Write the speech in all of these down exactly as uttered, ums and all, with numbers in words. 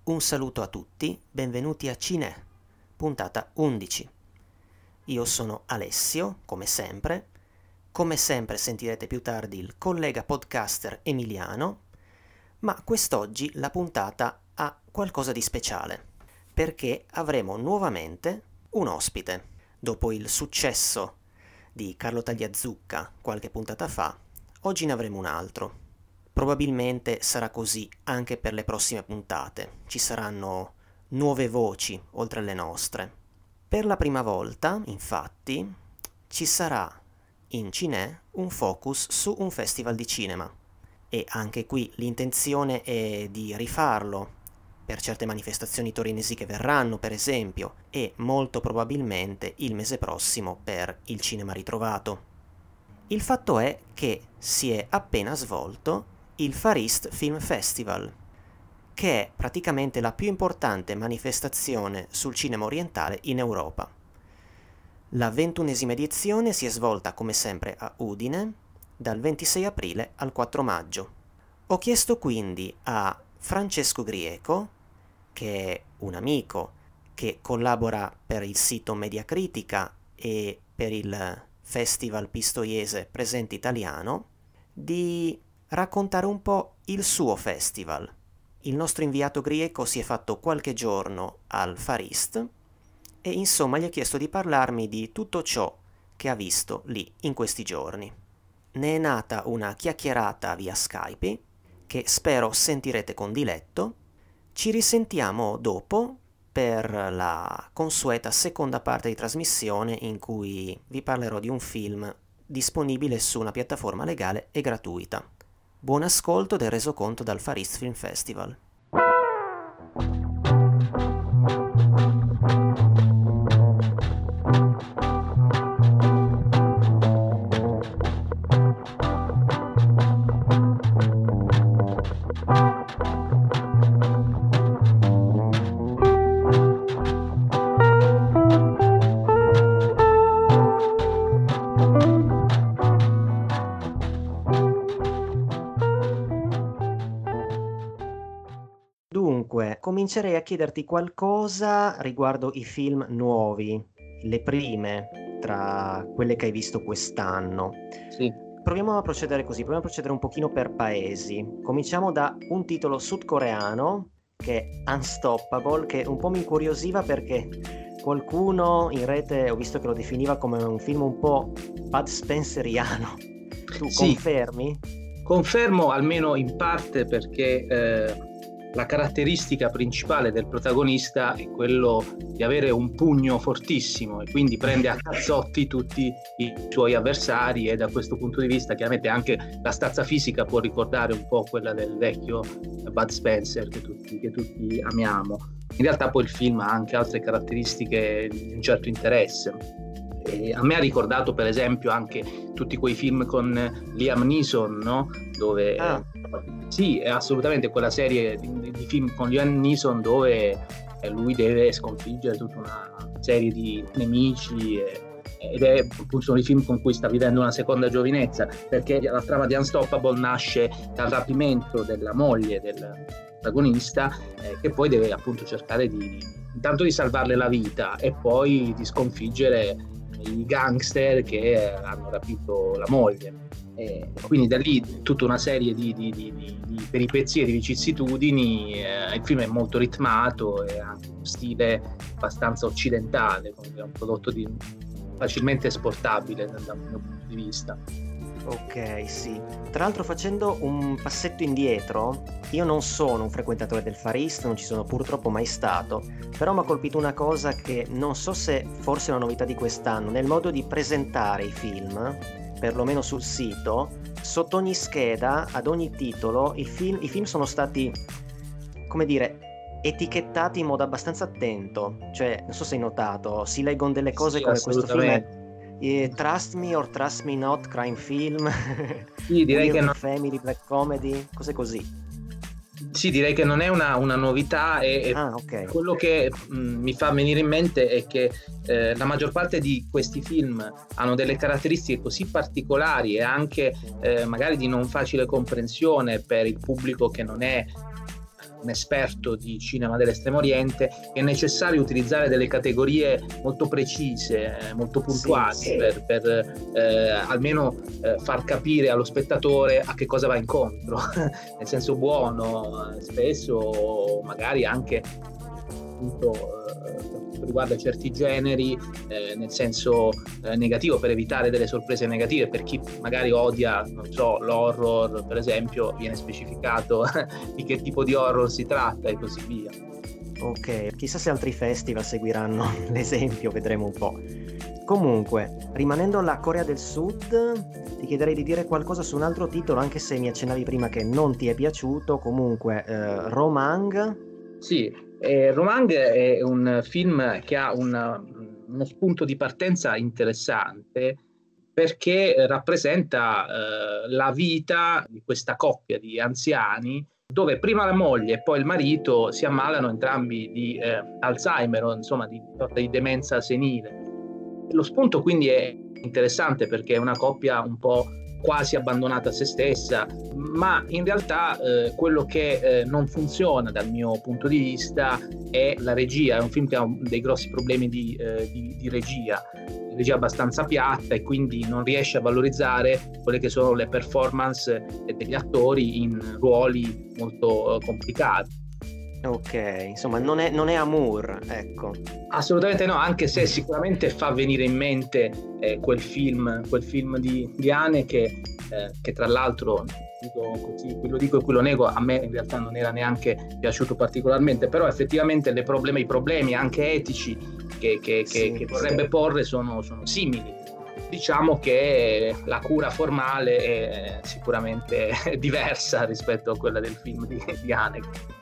Un saluto a tutti, benvenuti a Cinè, puntata undici. Io sono Alessio, come sempre. Come sempre sentirete più tardi il collega podcaster Emiliano, ma quest'oggi la puntata ha qualcosa di speciale, perché avremo nuovamente un ospite. Dopo il successo di Carlo Tagliazucca qualche puntata fa, oggi ne avremo un altro. Probabilmente sarà così anche per le prossime puntate. Ci saranno nuove voci oltre alle nostre. Per la prima volta, infatti, ci sarà in Cinè un focus su un festival di cinema. E anche qui l'intenzione è di rifarlo per certe manifestazioni torinesi che verranno, per esempio, e molto probabilmente il mese prossimo per il Cinema Ritrovato. Il fatto è che si è appena svolto il Far East Film Festival, che è praticamente la più importante manifestazione sul cinema orientale in Europa. La ventunesima edizione si è svolta come sempre a Udine dal ventisei aprile al quattro maggio. Ho chiesto quindi a Francesco Grieco, che è un amico che collabora per il sito Mediacritica e per il Festival Pistoiese Presente Italiano, di raccontare un po' il suo festival. Il nostro inviato Grieco si è fatto qualche giorno al Far East e insomma gli ho chiesto di parlarmi di tutto ciò che ha visto lì in questi giorni. Ne è nata una chiacchierata via Skype che spero sentirete con diletto. Ci risentiamo dopo per la consueta seconda parte di trasmissione in cui vi parlerò di un film disponibile su una piattaforma legale e gratuita. Buon ascolto del resoconto dal Far East Film Festival. Comincerei a chiederti qualcosa riguardo i film nuovi, le prime tra quelle che hai visto quest'anno. Sì. Proviamo a procedere così, proviamo a procedere un pochino per paesi. Cominciamo da un titolo sudcoreano che è Unstoppable, che un po' mi incuriosiva perché qualcuno in rete ho visto che lo definiva come un film un po' Bud Spenceriano. Tu sì, confermi? Confermo almeno in parte perché eh... la caratteristica principale del protagonista è quello di avere un pugno fortissimo e quindi prende a cazzotti tutti i suoi avversari, e da questo punto di vista chiaramente anche la stazza fisica può ricordare un po' quella del vecchio Bud Spencer che tutti, che tutti amiamo. In realtà poi il film ha anche altre caratteristiche di un certo interesse. E a me ha ricordato per esempio anche tutti quei film con Liam Neeson, no? Dove ah. sì, è assolutamente quella serie di, di film con Liam Neeson dove lui deve sconfiggere tutta una serie di nemici e, ed è appunto sono i film con cui sta vivendo una seconda giovinezza, perché la trama di Unstoppable nasce dal rapimento della moglie del protagonista eh, che poi deve appunto cercare di intanto di salvarle la vita e poi di sconfiggere i gangster che hanno rapito la moglie. E quindi da lì tutta una serie di, di, di, di peripezie, di vicissitudini. Eh, il film è molto ritmato e ha anche uno stile abbastanza occidentale, quindi è un prodotto di, facilmente esportabile dal mio punto di vista. Ok, sì. Tra l'altro, facendo un passetto indietro, io non sono un frequentatore del Far East, non ci sono purtroppo mai stato, però mi ha colpito una cosa che non so se forse è una novità di quest'anno, nel modo di presentare i film, perlomeno sul sito, sotto ogni scheda, ad ogni titolo, i film, i film sono stati, come dire, etichettati in modo abbastanza attento. Cioè, non so se hai notato, si leggono delle cose sì, come questo film è eh, Trust Me or Trust Me Not, crime film, sì, direi Weird che no... Family, black comedy, cose così. Sì, direi che non è una, una novità e, e ah, okay. quello che mh, mi fa venire in mente è che eh, la maggior parte di questi film hanno delle caratteristiche così particolari e anche eh, magari di non facile comprensione per il pubblico che non è un esperto di cinema dell'Estremo Oriente, è necessario utilizzare delle categorie molto precise, eh, molto puntuali, sì, sì. per, per eh, almeno eh, far capire allo spettatore a che cosa va incontro, nel senso buono, spesso magari anche appunto eh, per quanto riguarda certi generi eh, nel senso eh, negativo, per evitare delle sorprese negative. Per chi magari odia, non so, l'horror per esempio, viene specificato di che tipo di horror si tratta e così via. Ok, chissà se altri festival seguiranno l'esempio, vedremo un po'. Comunque, rimanendo alla Corea del Sud, ti chiederei di dire qualcosa su un altro titolo, anche se mi accennavi prima che non ti è piaciuto. Comunque, eh, Romang. Sì, eh, Romang è un film che ha una, uno spunto di partenza interessante, perché rappresenta eh, la vita di questa coppia di anziani, dove prima la moglie e poi il marito si ammalano entrambi di eh, Alzheimer, o insomma di sorta di demenza senile. Lo spunto quindi è interessante perché è una coppia un po' quasi abbandonata a se stessa, ma in realtà eh, quello che eh, non funziona dal mio punto di vista è la regia. È un film che ha dei grossi problemi di, eh, di, di regia, regia abbastanza piatta, e quindi non riesce a valorizzare quelle che sono le performance degli attori in ruoli molto eh, complicati. Ok, insomma non è, non è Amour, ecco. Assolutamente no, anche se sicuramente fa venire in mente eh, quel film, quel film di, di Haneke, eh, che tra l'altro, dico così, qui lo dico e qui lo nego, a me in realtà non era neanche piaciuto particolarmente, però effettivamente le problemi, i problemi anche etici che, che, sì, che, che vorrebbe sì. porre sono, sono simili. Diciamo che la cura formale è sicuramente diversa rispetto a quella del film di, di Haneke.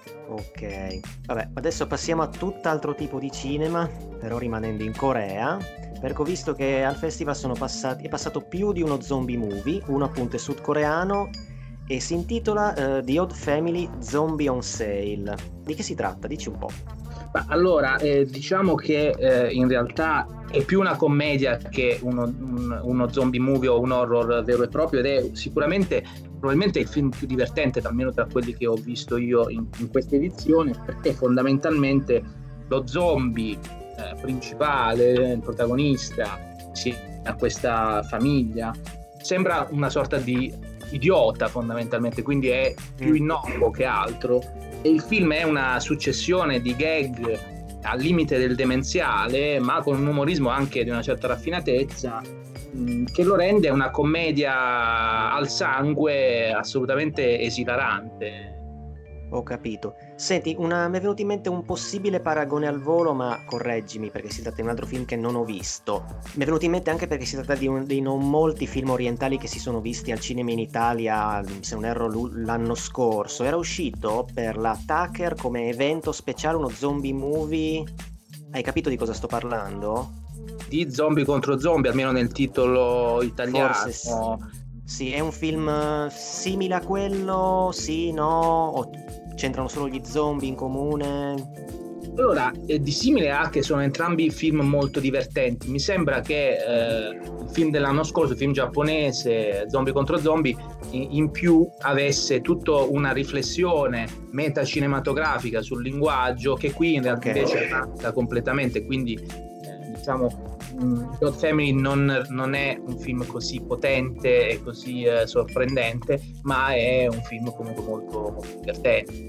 Ok, vabbè, adesso passiamo a tutt'altro tipo di cinema, però rimanendo in Corea, perché ho visto che al festival sono passati, è passato più di uno zombie movie, uno appunto è sudcoreano e si intitola uh, The Odd Family Zombie on Sale. Di che si tratta? Dici un po'. Ma allora, eh, diciamo che eh, in realtà è più una commedia che uno, un, uno zombie movie o un horror vero e proprio, ed è sicuramente probabilmente il film più divertente, almeno tra quelli che ho visto io in, in questa edizione, perché fondamentalmente lo zombie eh, principale, il protagonista, sì, a questa famiglia, sembra una sorta di idiota fondamentalmente, quindi è più innocuo che altro, e il film è una successione di gag al limite del demenziale, ma con un umorismo anche di una certa raffinatezza, mh, che lo rende una commedia al sangue assolutamente esilarante. Ho capito. Senti, una, mi è venuto in mente un possibile paragone al volo, ma correggimi perché si tratta di un altro film che non ho visto. Mi è venuto in mente anche perché si tratta di uno dei non molti film orientali che si sono visti al cinema in Italia, se non erro l'anno scorso. Era uscito per la Tucker come evento speciale uno zombie movie. Hai capito di cosa sto parlando? Di zombie contro zombie, almeno nel titolo italiano. Forse sì. Sì, è un film simile a quello? Sì, no? O c'entrano solo gli zombie in comune? Allora, eh, di simile a che sono entrambi film molto divertenti. Mi sembra che eh, il film dell'anno scorso, il film giapponese, Zombie contro zombie, in, in più avesse tutta una riflessione metacinematografica sul linguaggio, che qui in realtà okay. invece manca completamente, quindi eh, diciamo The Odd Family non, non è un film così potente e così eh, sorprendente, ma è un film comunque molto, molto divertente.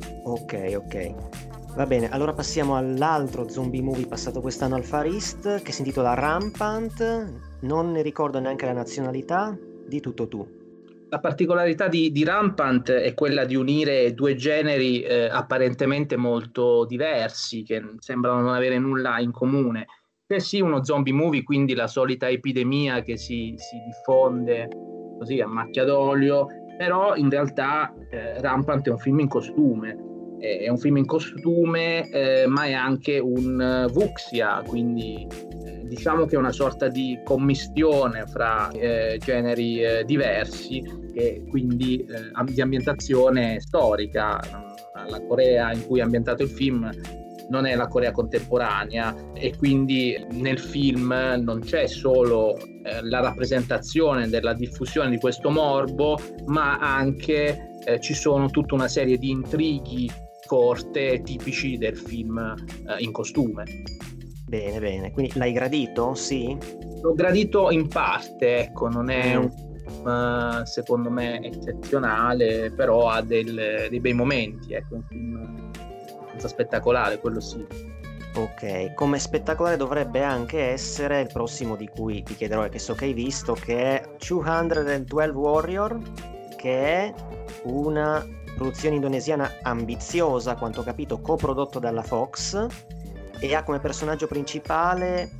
Ok, ok. Va bene, allora passiamo all'altro zombie movie passato quest'anno al Far East, che si intitola Rampant. Non ne ricordo neanche la nazionalità. Di tutto tu. La particolarità di, di Rampant è quella di unire due generi eh, apparentemente molto diversi, che sembrano non avere nulla in comune. Che sì, uno zombie movie, quindi la solita epidemia che si, si diffonde così a macchia d'olio, però in realtà eh, Rampant è un film in costume, eh, è un film in costume, eh, ma è anche un uh, fucsia, quindi eh, diciamo che è una sorta di commistione fra eh, generi eh, diversi, e quindi eh, di ambientazione storica. La Corea in cui è ambientato il film non è la Corea contemporanea, e quindi nel film non c'è solo eh, la rappresentazione della diffusione di questo morbo, ma anche eh, ci sono tutta una serie di intrighi corte tipici del film eh, in costume. Bene, bene, quindi l'hai gradito? Sì? L'ho gradito in parte, ecco, non è Mm. un film secondo me eccezionale, però ha del, dei bei momenti, ecco, un film abbastanza spettacolare, quello sì. Ok, come spettacolare dovrebbe anche essere il prossimo di cui ti chiederò e che so che hai visto, che è duecentododici Warrior, che è una produzione indonesiana ambiziosa, a quanto ho capito, coprodotto dalla Fox, e ha come personaggio principale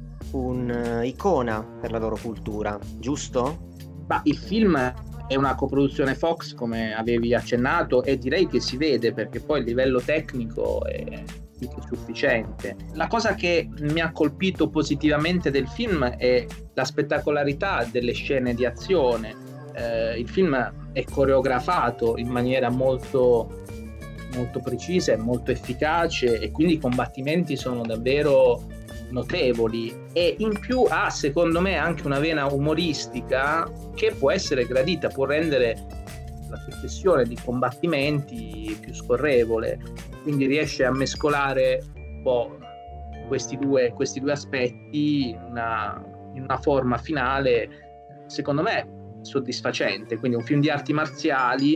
un'icona per la loro cultura, giusto? Ma il film è una coproduzione Fox, come avevi accennato, e direi che si vede, perché poi il livello tecnico è più che sufficiente. La cosa che mi ha colpito positivamente del film è la spettacolarità delle scene di azione. Eh, il film è coreografato in maniera molto, molto precisa e molto efficace, e quindi i combattimenti sono davvero notevoli, e in più ha secondo me anche una vena umoristica che può essere gradita, può rendere la successione di combattimenti più scorrevole, quindi riesce a mescolare un po' questi due, questi due aspetti in una, in una forma finale secondo me soddisfacente. Quindi un film di arti marziali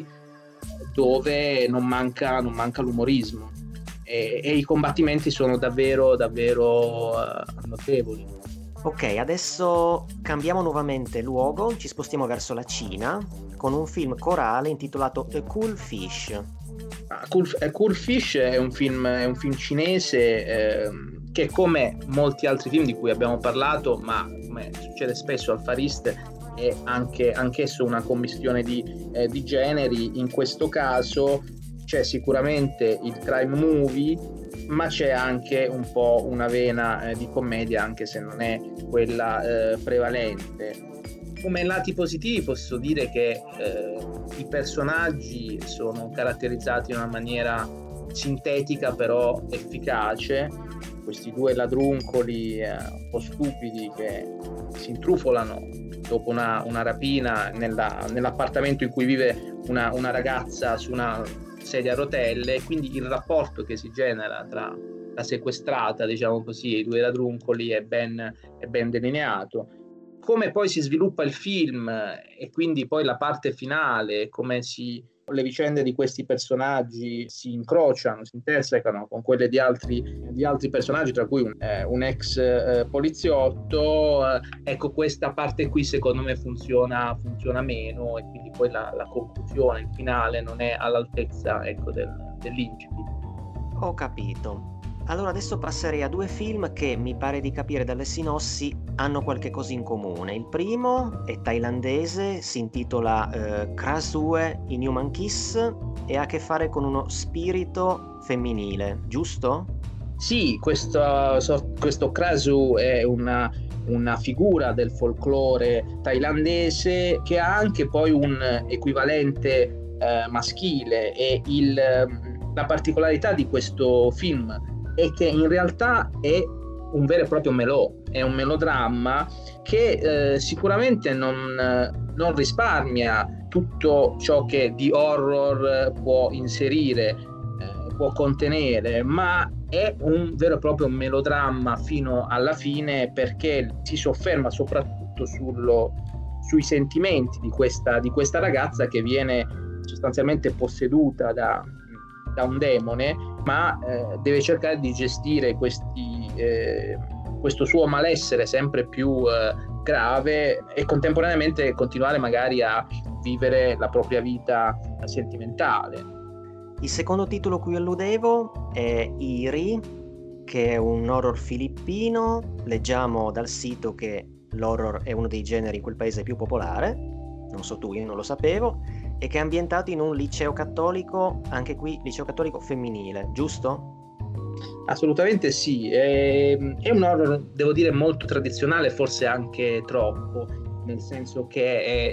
dove non manca, non manca l'umorismo, e, e i combattimenti sono davvero davvero uh, notevoli. Ok, adesso cambiamo nuovamente luogo, ci spostiamo verso la Cina con un film corale intitolato A Cool Fish. A Cool, A Cool Fish è un film, è un film cinese eh, che, come molti altri film di cui abbiamo parlato, ma come succede spesso al Far East, è anche anch'esso una commistione di, eh, di generi. In questo caso c'è sicuramente il crime movie, ma c'è anche un po' una vena eh, di commedia, anche se non è quella eh, prevalente. Come lati positivi posso dire che eh, i personaggi sono caratterizzati in una maniera sintetica però efficace. Questi due ladruncoli eh, un po' stupidi che si intrufolano dopo una, una rapina nella, nell'appartamento in cui vive una, una ragazza su una sedia a rotelle, quindi il rapporto che si genera tra la sequestrata, diciamo così, e i due ladruncoli è ben, è ben delineato. Come poi si sviluppa il film e quindi poi la parte finale, come si, le vicende di questi personaggi si incrociano, si intersecano con quelle di altri, di altri personaggi, tra cui un, eh, un ex eh, poliziotto, eh, ecco, questa parte qui secondo me funziona, funziona meno, e quindi poi la, la conclusione, il finale non è all'altezza, ecco, del, dell'incipit. Ho capito. Allora adesso passerei a due film che, mi pare di capire dalle sinossi, hanno qualche cosa in comune. Il primo è thailandese, si intitola eh, Krasue Inhuman Kiss e ha a che fare con uno spirito femminile, giusto? Sì, questo, questo Krasu è una, una figura del folklore thailandese che ha anche poi un equivalente eh, maschile, e il, la particolarità di questo film è che in realtà è un vero e proprio melò, è un melodramma che eh, sicuramente non, non risparmia tutto ciò che di horror può inserire, eh, può contenere, ma è un vero e proprio melodramma fino alla fine, perché si sofferma soprattutto sullo, sui sentimenti di questa, di questa ragazza che viene sostanzialmente posseduta da, da un demone, ma eh, deve cercare di gestire questi, eh, questo suo malessere sempre più eh, grave, e contemporaneamente continuare magari a vivere la propria vita sentimentale. Il secondo titolo cui alludevo è Iri, che è un horror filippino. Leggiamo dal sito che l'horror è uno dei generi in quel paese più popolare, non so tu, io non lo sapevo, e che è ambientato in un liceo cattolico, anche qui liceo cattolico femminile, giusto? Assolutamente sì, è, è un horror, devo dire, molto tradizionale, forse anche troppo, nel senso che è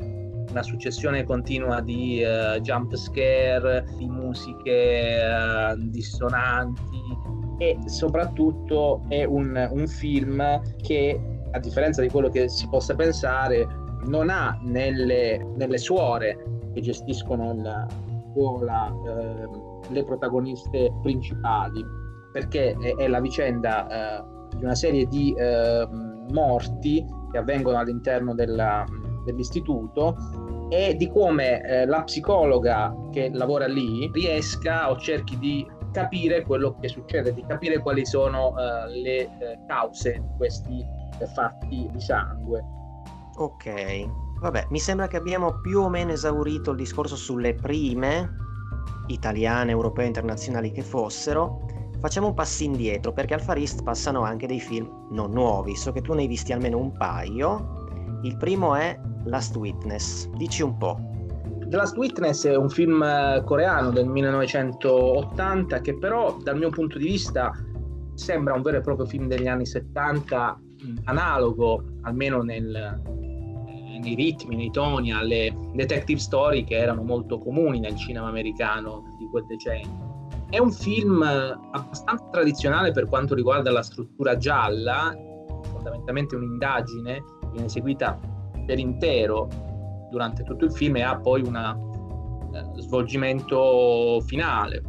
una successione continua di uh, jump scare, di musiche uh, dissonanti, e soprattutto è un, un film che, a differenza di quello che si possa pensare, non ha nelle, nelle suore che gestiscono la scuola eh, le protagoniste principali, perché è, è la vicenda eh, di una serie di eh, morti che avvengono all'interno della, dell'istituto, e di come eh, la psicologa che lavora lì riesca o cerchi di capire quello che succede, di capire quali sono eh, le eh, cause di questi eh, fatti di sangue. Ok, vabbè, mi sembra che abbiamo più o meno esaurito il discorso sulle prime, italiane, europee, internazionali che fossero. Facciamo un passo indietro, perché al Far East passano anche dei film non nuovi, so che tu ne hai visti almeno un paio. Il primo è Last Witness, dici un po'. The Last Witness è un film coreano del millenovecentottanta che però dal mio punto di vista sembra un vero e proprio film degli anni settanta, analogo almeno nel, nei ritmi, nei toni alle detective story che erano molto comuni nel cinema americano di quel decennio. È un film abbastanza tradizionale per quanto riguarda la struttura gialla, fondamentalmente un'indagine viene eseguita per intero durante tutto il film e ha poi un eh, svolgimento finale.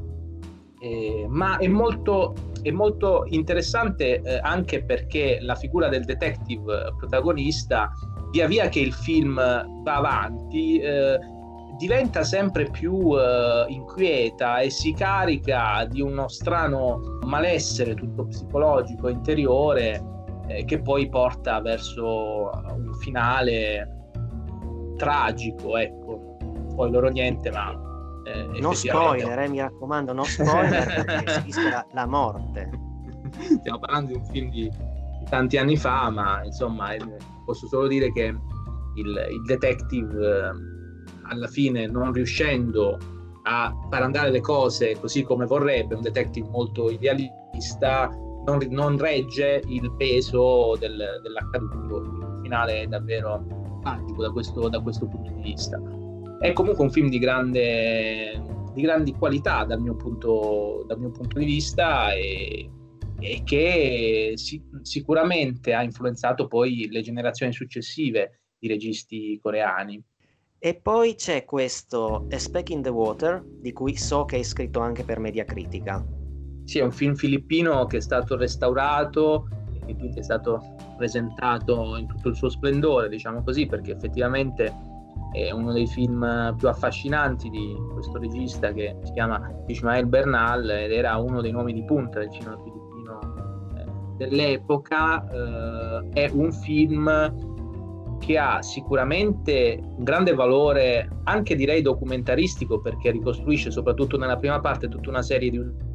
Eh, ma è molto, è molto interessante eh, anche perché la figura del detective protagonista, via via che il film va avanti, eh, diventa sempre più eh, inquieta e si carica di uno strano malessere tutto psicologico interiore eh, che poi porta verso un finale tragico, ecco. Poi loro niente, ma eh, no spoiler, eh, mi raccomando, no spoiler, perché si rischia la, la morte. Stiamo parlando di un film di, di tanti anni fa, ma insomma eh, posso solo dire che il, il detective eh, alla fine, non riuscendo a far andare le cose così come vorrebbe, un detective molto idealista, non, non regge il peso del, dell'accaduto. Il finale è davvero tragico da questo, da questo punto di vista. È comunque un film di grande, di grandi qualità dal mio punto, dal mio punto di vista e, e che si, sicuramente ha influenzato poi le generazioni successive di registi coreani. E poi c'è questo A Speck in the Water, di cui so che hai scritto anche per Mediacritica. Sì, è un film filippino che è stato restaurato e quindi è stato presentato in tutto il suo splendore, diciamo così, perché effettivamente è uno dei film più affascinanti di questo regista che si chiama Ismael Bernal ed era uno dei nomi di punta del cinema filippino eh, dell'epoca. Eh, è un film che ha sicuramente un grande valore anche direi documentaristico, perché ricostruisce soprattutto nella prima parte tutta una serie di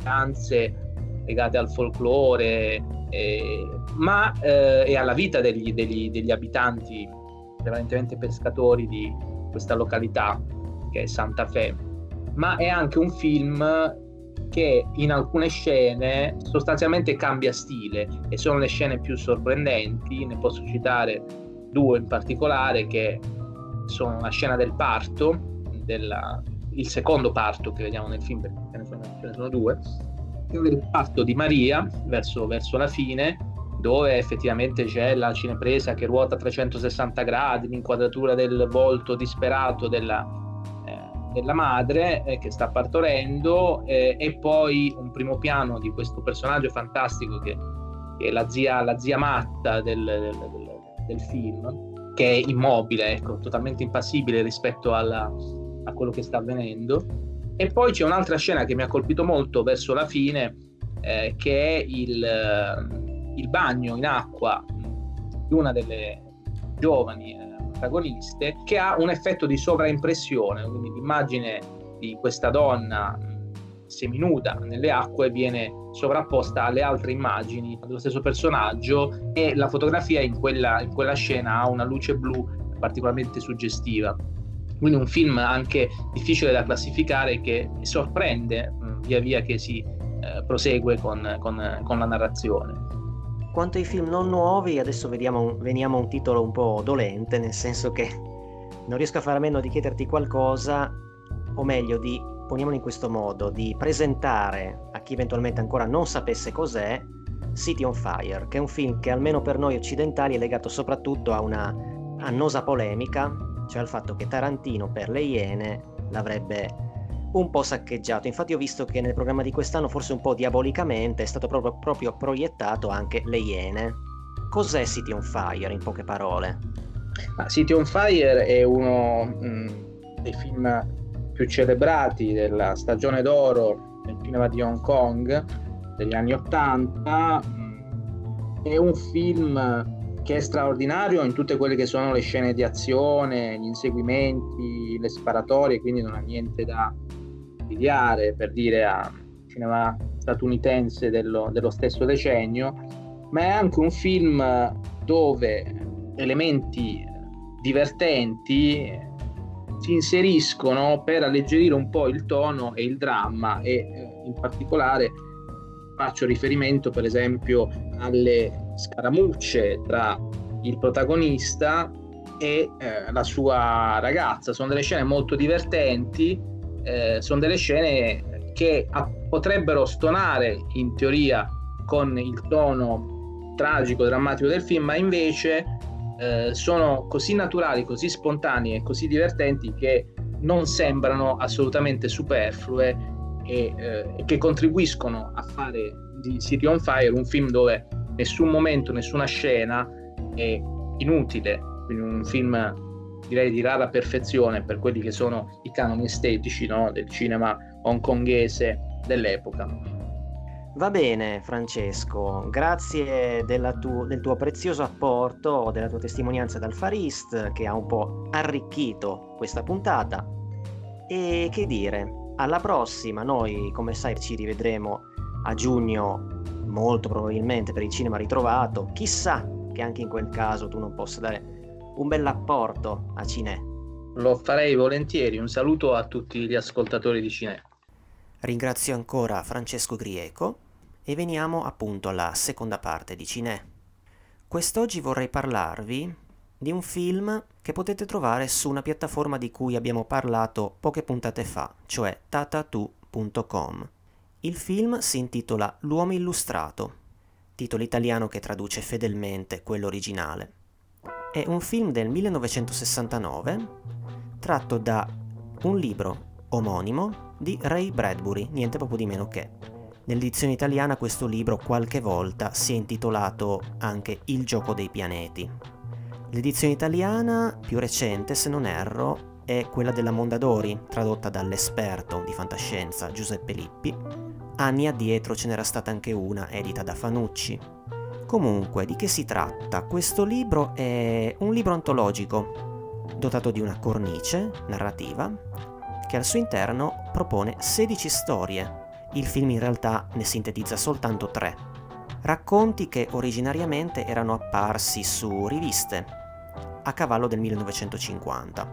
usanze legate al folklore eh, ma eh, e alla vita degli, degli, degli abitanti prevalentemente pescatori di questa località che è Santa Fe, ma è anche un film che in alcune scene sostanzialmente cambia stile e sono le scene più sorprendenti. Ne posso citare due in particolare, che sono la scena del parto, della, il secondo parto che vediamo nel film, perché ce ne sono, ce ne sono due, il parto di Maria verso, verso la fine, dove effettivamente c'è la cinepresa che ruota a trecentosessanta gradi, l'inquadratura del volto disperato della, eh, della madre eh, che sta partorendo eh, e poi un primo piano di questo personaggio fantastico che, che è la zia, la zia matta del, del, del del film, che è immobile, ecco, totalmente impassibile rispetto alla, a quello che sta avvenendo. E poi c'è un'altra scena che mi ha colpito molto verso la fine, eh, che è il, il bagno in acqua di una delle giovani eh, protagoniste, che ha un effetto di sovraimpressione, quindi l'immagine di questa donna seminuda nelle acque viene sovrapposta alle altre immagini dello stesso personaggio e la fotografia in quella, in quella scena ha una luce blu particolarmente suggestiva. Quindi un film anche difficile da classificare che sorprende mh, via via che si eh, prosegue con, con, con la narrazione. Quanto ai film non nuovi, adesso vediamo, veniamo a un titolo un po' dolente, nel senso che non riesco a fare a meno di chiederti qualcosa, o meglio di, poniamolo in questo modo, di presentare a chi eventualmente ancora non sapesse cos'è City on Fire, che è un film che almeno per noi occidentali è legato soprattutto a una annosa polemica, cioè al fatto che Tarantino per Le Iene l'avrebbe un po' saccheggiato. Infatti ho visto che nel programma di quest'anno, forse un po' diabolicamente, è stato proprio, proprio proiettato anche Le Iene. Cos'è City on Fire, in poche parole? Ah, City on Fire è uno mh, dei film più celebrati della stagione d'oro del cinema di Hong Kong degli anni Ottanta. È un film che è straordinario in tutte quelle che sono le scene di azione, gli inseguimenti, le sparatorie, quindi non ha niente da invidiare, per dire, a cinema statunitense dello, dello stesso decennio, ma è anche un film dove elementi divertenti si inseriscono per alleggerire un po' il tono e il dramma, e eh, in particolare faccio riferimento per esempio alle scaramucce tra il protagonista e eh, la sua ragazza. Sono delle scene molto divertenti, eh, sono delle scene che a- potrebbero stonare in teoria con il tono tragico, drammatico del film, ma invece eh, sono così naturali, così spontanei e così divertenti che non sembrano assolutamente superflue e eh, che contribuiscono a fare di City on Fire un film dove nessun momento, nessuna scena è inutile, quindi un film direi di rara perfezione per quelli che sono i canoni estetici, no, del cinema hongkongese dell'epoca. Va bene Francesco, grazie della tu- del tuo prezioso apporto, della tua testimonianza dal Far East, che ha un po' arricchito questa puntata. E che dire, alla prossima. Noi, come sai, ci rivedremo a giugno, molto probabilmente, per il Cinema Ritrovato. Chissà che anche in quel caso tu non possa dare un bell'apporto a Cinè. Lo farei volentieri. Un saluto a tutti gli ascoltatori di Cinè. Ringrazio ancora Francesco Grieco e veniamo appunto alla seconda parte di Cinè. Quest'oggi vorrei parlarvi di un film che potete trovare su una piattaforma di cui abbiamo parlato poche puntate fa, cioè tatatu punto com. Il film si intitola L'uomo illustrato, titolo italiano che traduce fedelmente quello originale. È un film del millenovecentosessantanove, tratto da un libro omonimo di Ray Bradbury, niente proprio di meno che. Nell'edizione italiana questo libro qualche volta si è intitolato anche Il gioco dei pianeti. L'edizione italiana più recente, se non erro, è quella della Mondadori, tradotta dall'esperto di fantascienza Giuseppe Lippi. Anni addietro ce n'era stata anche una edita da Fanucci. Comunque, di che si tratta? Questo libro è un libro antologico, dotato di una cornice narrativa, che al suo interno propone sedici storie. Il film in realtà ne sintetizza soltanto tre. Racconti che originariamente erano apparsi su riviste, a cavallo del millenovecentocinquanta.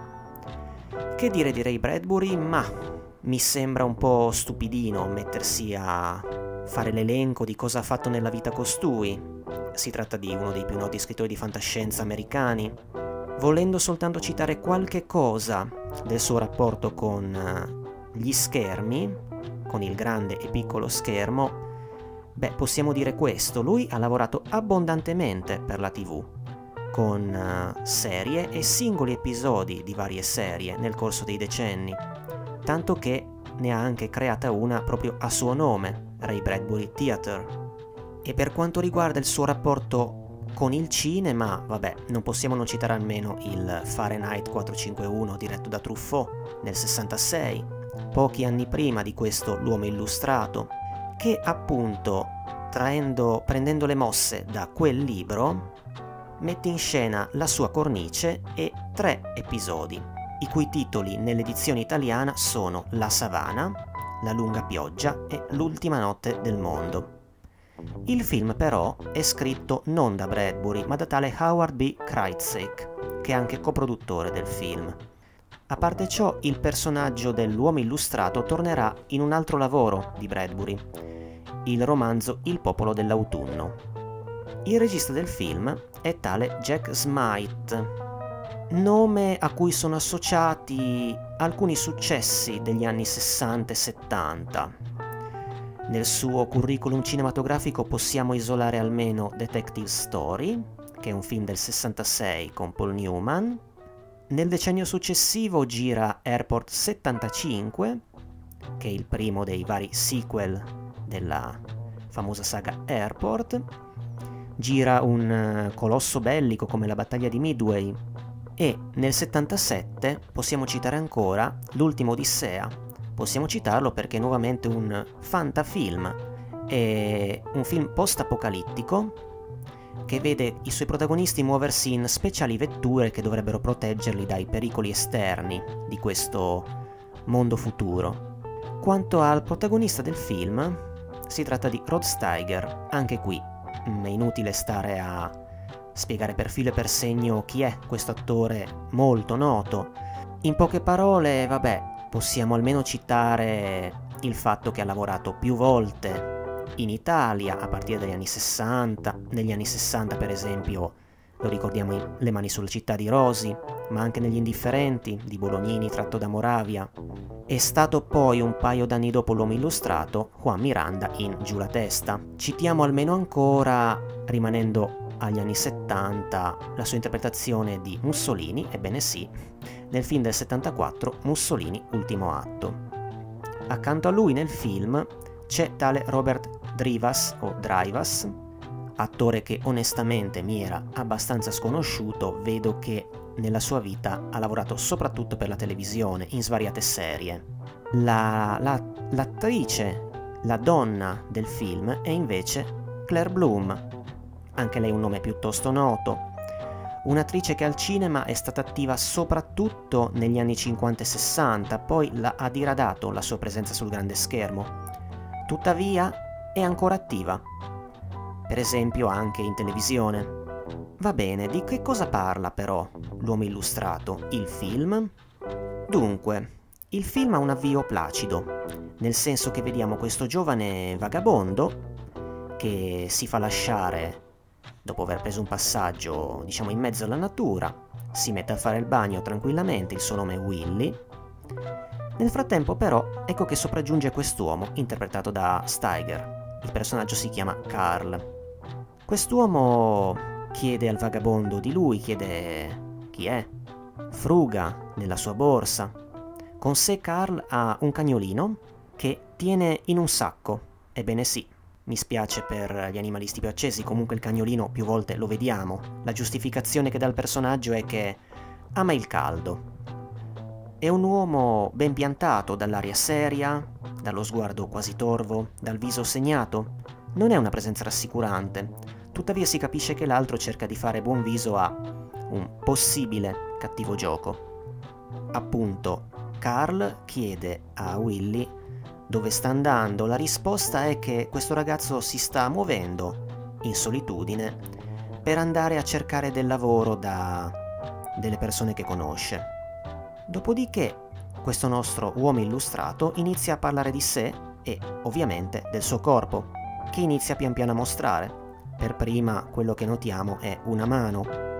Che dire di Ray Bradbury? Ma mi sembra un po' stupidino mettersi a fare l'elenco di cosa ha fatto nella vita costui. Si tratta di uno dei più noti scrittori di fantascienza americani. Volendo soltanto citare qualche cosa del suo rapporto con gli schermi, con il grande e piccolo schermo, beh, possiamo dire questo: lui ha lavorato abbondantemente per la tivù, con uh, serie e singoli episodi di varie serie nel corso dei decenni, tanto che ne ha anche creata una proprio a suo nome, Ray Bradbury Theatre. E per quanto riguarda il suo rapporto con il cinema, vabbè, non possiamo non citare almeno il Fahrenheit quattrocentocinquantuno diretto da Truffaut nel sessantasei, pochi anni prima di questo L'uomo illustrato, che appunto, traendo, prendendo le mosse da quel libro, mette in scena la sua cornice e tre episodi, i cui titoli nell'edizione italiana sono La savana, La lunga pioggia e L'ultima notte del mondo. Il film però è scritto non da Bradbury, ma da tale Howard B. Kraitzek, che è anche coproduttore del film. A parte ciò, il personaggio dell'uomo illustrato tornerà in un altro lavoro di Bradbury, il romanzo Il popolo dell'autunno. Il regista del film è tale Jack Smite, nome a cui sono associati alcuni successi degli anni sessanta e settanta. Nel suo curriculum cinematografico possiamo isolare almeno Detective Story, che è un film del sessantasei con Paul Newman. Nel decennio successivo gira Airport settantacinque che è il primo dei vari sequel della famosa saga Airport. Gira un colosso bellico come la battaglia di Midway, e nel settantasette possiamo citare ancora l'ultima Odissea. Possiamo citarlo perché è nuovamente un fantafilm, è un film post-apocalittico che vede i suoi protagonisti muoversi in speciali vetture che dovrebbero proteggerli dai pericoli esterni di questo mondo futuro. Quanto al protagonista del film, si tratta di Rod Steiger. Anche qui è inutile stare a spiegare per filo e per segno chi è questo attore molto noto. In poche parole, vabbè, possiamo almeno citare il fatto che ha lavorato più volte in Italia a partire dagli anni sessanta. Negli anni sessanta, per esempio, lo ricordiamo in Le mani sulla città di Rosi, ma anche negli Indifferenti di Bolognini tratto da Moravia. È stato poi, un paio d'anni dopo L'uomo illustrato, Juan Miranda in Giù la testa. Citiamo almeno ancora, rimanendo agli anni settanta, la sua interpretazione di Mussolini, ebbene sì, nel film del settantaquattro Mussolini ultimo atto. Accanto a lui nel film c'è tale Robert Drivas o Drivas, attore che onestamente mi era abbastanza sconosciuto. Vedo che nella sua vita ha lavorato soprattutto per la televisione, in svariate serie. La, la, l'attrice, la donna del film, è invece Claire Bloom, anche lei un nome piuttosto noto, un'attrice che al cinema è stata attiva soprattutto negli anni cinquanta e sessanta, poi la, ha diradato la sua presenza sul grande schermo. Tuttavia è ancora attiva, per esempio anche in televisione. Va bene, di che cosa parla però L'uomo illustrato, il film? Dunque, il film ha un avvio placido, nel senso che vediamo questo giovane vagabondo che si fa lasciare dopo aver preso un passaggio, diciamo, in mezzo alla natura, si mette a fare il bagno tranquillamente, il suo nome è Willy. Nel frattempo però ecco che sopraggiunge quest'uomo interpretato da Steiger. Il personaggio si chiama Carl. Quest'uomo chiede al vagabondo di lui, chiede chi è, fruga nella sua borsa. Con sé Carl ha un cagnolino che tiene in un sacco. Ebbene sì, mi spiace per gli animalisti più accesi, comunque il cagnolino più volte lo vediamo. La giustificazione che dà il personaggio è che ama il caldo. È un uomo ben piantato, dall'aria seria, dallo sguardo quasi torvo, dal viso segnato. Non è una presenza rassicurante, tuttavia si capisce che l'altro cerca di fare buon viso a un possibile cattivo gioco. Appunto, Carl chiede a Willy dove sta andando. La risposta è che questo ragazzo si sta muovendo in solitudine per andare a cercare del lavoro da delle persone che conosce. Dopodiché questo nostro uomo illustrato inizia a parlare di sé e ovviamente del suo corpo, che inizia pian piano a mostrare. Per prima quello che notiamo è una mano,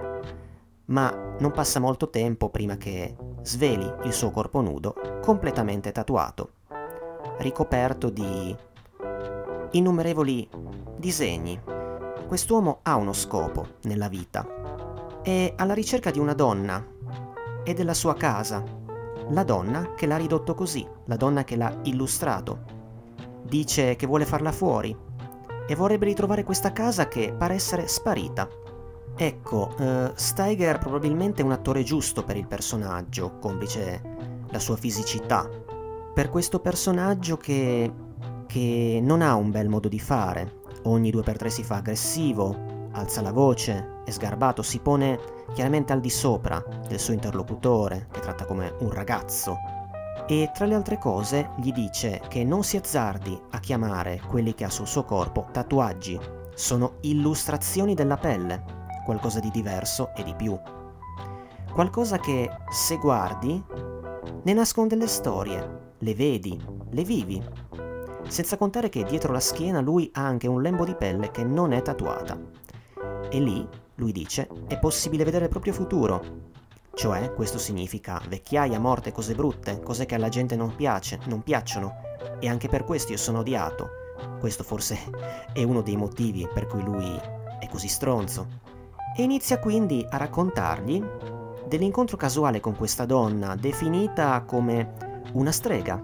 ma non passa molto tempo prima che sveli il suo corpo nudo, completamente tatuato, ricoperto di innumerevoli disegni. Quest'uomo ha uno scopo nella vita, è alla ricerca di una donna e della sua casa, la donna che l'ha ridotto così, la donna che l'ha illustrato. Dice che vuole farla fuori e vorrebbe ritrovare questa casa che pare essere sparita. Ecco, uh, Steiger probabilmente è un attore giusto per il personaggio, complice la sua fisicità. Per questo personaggio che, che non ha un bel modo di fare, ogni due per tre si fa aggressivo, alza la voce, è sgarbato, si pone chiaramente al di sopra del suo interlocutore, che tratta come un ragazzo, e tra le altre cose gli dice che non si azzardi a chiamare quelli che ha sul suo corpo tatuaggi, sono illustrazioni della pelle, qualcosa di diverso e di più. Qualcosa che, se guardi, ne nasconde le storie, le vedi, le vivi. Senza contare che dietro la schiena lui ha anche un lembo di pelle che non è tatuata. E lì, lui dice, è possibile vedere il proprio futuro. Cioè, questo significa vecchiaia, morte, cose brutte, cose che alla gente non piace, non piacciono. E anche per questo io sono odiato. Questo forse è uno dei motivi per cui lui è così stronzo. E inizia quindi a raccontargli dell'incontro casuale con questa donna, definita come una strega,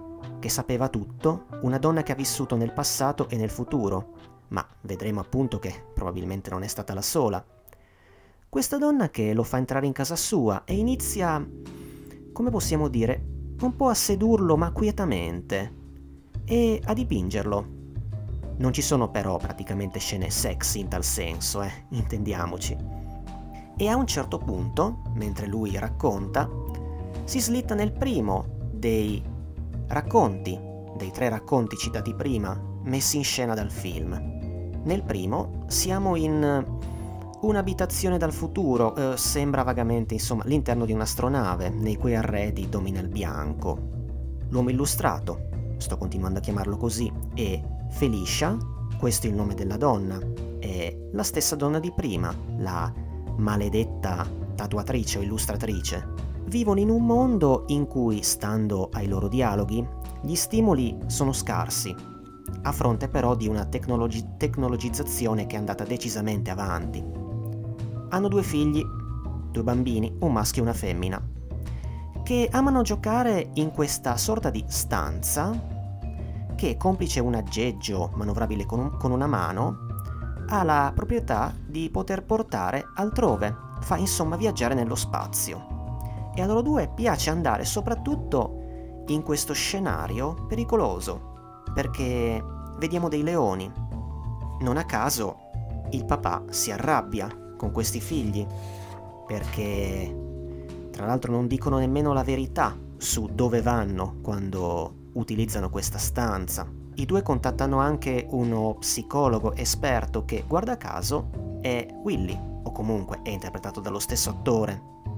che sapeva tutto, una donna che ha vissuto nel passato e nel futuro, ma vedremo appunto che probabilmente non è stata la sola. Questa donna che lo fa entrare in casa sua e inizia, come possiamo dire, un po' a sedurlo ma quietamente e a dipingerlo. Non ci sono però praticamente scene sexy in tal senso, eh, intendiamoci. E a un certo punto, mentre lui racconta, si slitta nel primo dei racconti, dei tre racconti citati prima, messi in scena dal film. Nel primo siamo in un'abitazione dal futuro, eh, sembra vagamente insomma l'interno di un'astronave, nei cui arredi domina il bianco. L'uomo illustrato, sto continuando a chiamarlo così, e Felicia, questo è il nome della donna, è la stessa donna di prima, la maledetta tatuatrice o illustratrice. Vivono in un mondo in cui, stando ai loro dialoghi, gli stimoli sono scarsi, a fronte però di una tecnologi- tecnologizzazione che è andata decisamente avanti. Hanno due figli, due bambini, un maschio e una femmina, che amano giocare in questa sorta di stanza che, complice un aggeggio manovrabile con, un, con una mano, ha la proprietà di poter portare altrove, fa insomma viaggiare nello spazio. E a loro due piace andare soprattutto in questo scenario pericoloso, perché vediamo dei leoni. Non a caso il papà si arrabbia con questi figli, perché tra l'altro non dicono nemmeno la verità su dove vanno quando utilizzano questa stanza. I due contattano anche uno psicologo esperto che, guarda caso, è Willy, o comunque è interpretato dallo stesso attore,